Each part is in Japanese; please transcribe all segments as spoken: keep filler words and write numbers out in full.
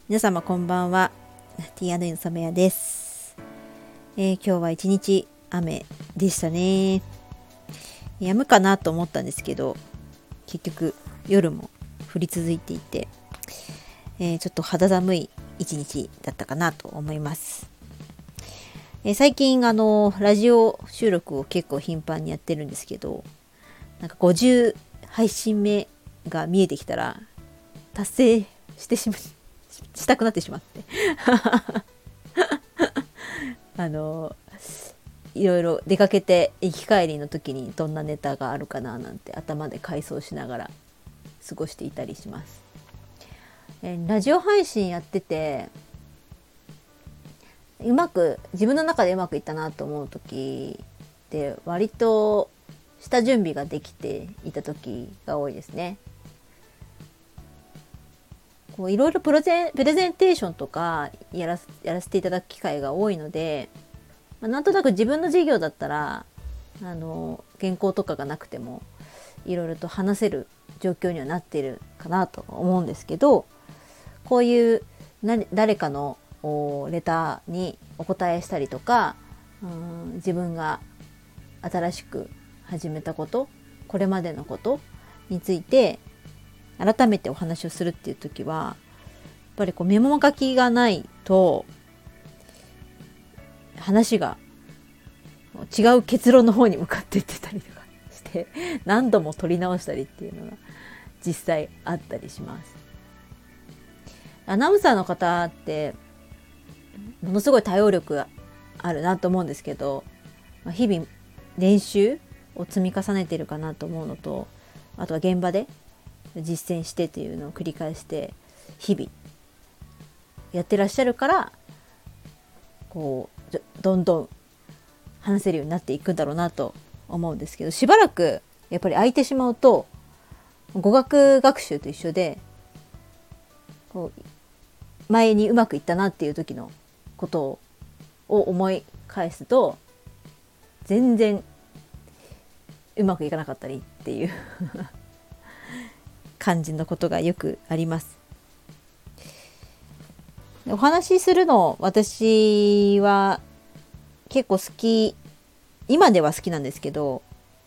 皆様こんばんは。 ティーアンドエー の染谷です、えー、今日は一日雨でしたね。止むかなと思ったんですけど、結局夜も降り続いていて、えー、ちょっと肌寒い一日だったかなと思います。えー、最近あのラジオ収録を結構頻繁にやってるんですけど、なんかごじゅう配信目が見えてきたら達成してしましたくなってしまってあのいろいろ出かけて行き帰りの時にどんなネタがあるかななんて頭で回想しながら過ごしていたりします。えラジオ配信やっててうまく自分の中でうまくいったなと思う時って割と下準備ができていた時が多いですね。こういろいろプロゼンプレゼンテーションとかやらやらせていただく機会が多いので、まあ、なんとなく自分の授業だったらあの原稿とかがなくてもいろいろと話せる状況にはなっているかなと思うんですけど、こういうな誰かのレターにお答えしたりとか、うん自分が新しく始めたこと、これまでのことについて改めてお話をするっていう時はやっぱりこうメモ書きがないと話が違う結論の方に向かっていってたりとかして何度も取り直したりっていうのが実際あったりします。アナウンサーの方ってものすごい対応力があるなと思うんですけど、日々練習を積み重ねているかなと思うのと、あとは現場で実践してっていうのを繰り返して日々やってらっしゃるから、こうどんどん話せるようになっていくんだろうなと思うんですけど、しばらくやっぱり空いてしまうと語学学習と一緒で、こう前にうまくいったなっていう時のことを思い返すと全然うまくいかなかったりっていう感じのことがよくあります。お話しするの私は結構好き、今では好きなんですけど、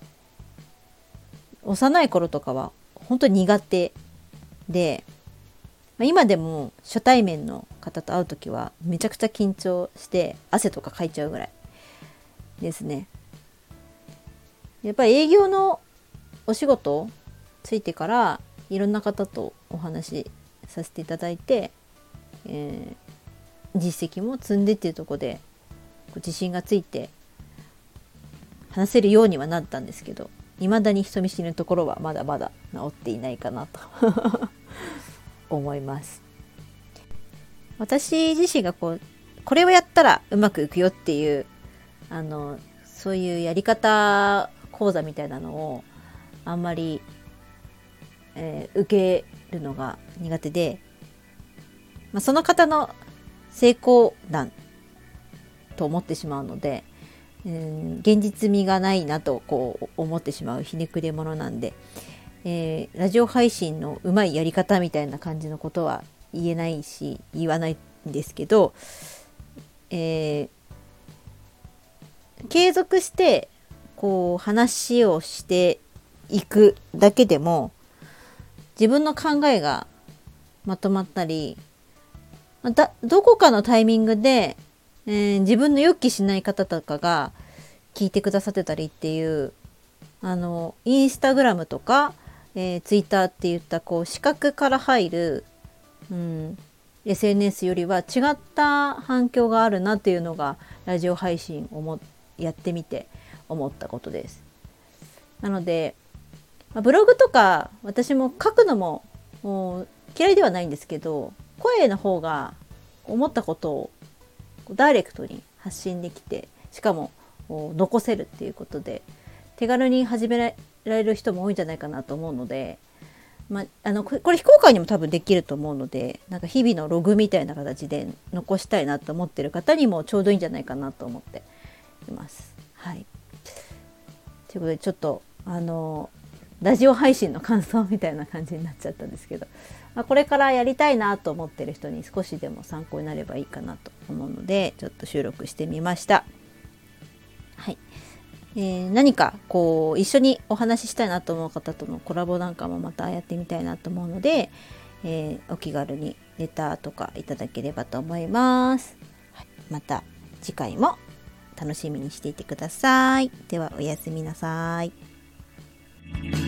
幼い頃とかは本当に苦手で、今でも初対面の方と会うときはめちゃくちゃ緊張して汗とかかいちゃうぐらいですね。やっぱり営業のお仕事ついてからいろんな方とお話しさせていただいて、えー、実績も積んでっていうところで自信がついて話せるようにはなったんですけど、未だに人見知りのところはまだまだ治っていないかなと思います。私自身がこうこれをやったらうまくいくよっていうあのそういうやり方講座みたいなのをあんまり、えー、受けるのが苦手で、まあ、その方の成功談と思ってしまうので、うん、現実味がないなとこう思ってしまうひねくれ者なんで、えー、ラジオ配信のうまいやり方みたいな感じのことは言えないし言わないんですけど、えー、継続してこう話をしていくだけでも自分の考えがまとまったり、だどこかのタイミングで、えー、自分の予期しない方とかが聞いてくださってたりっていう、あのインスタグラムとか、えー、ツイッターっていったこう視覚から入る、うん、エスエヌエス よりは違った反響があるなっていうのがラジオ配信をもやってみて思ったことです。なので、まあ、ブログとか私も書くのももう嫌いではないんですけど、声の方が思ったことをダイレクトに発信できて、しかも残せるっていうことで手軽に始められる人も多いんじゃないかなと思うので、まあ、あのこれ非公開にも多分できると思うので、なんか日々のログみたいな形で残したいなと思ってる方にもちょうどいいんじゃないかなと思っています。はい。ということでちょっとあのラジオ配信の感想みたいな感じになっちゃったんですけど、まあ、これからやりたいなと思ってる人に少しでも参考になればいいかなと思うので、ちょっと収録してみました。はい、えー、何かこう一緒にお話ししたいなと思う方とのコラボなんかもまたやってみたいなと思うので、えー、お気軽にレターとかいただければと思います。はい、また次回も楽しみにしていてください。ではおやすみなさい。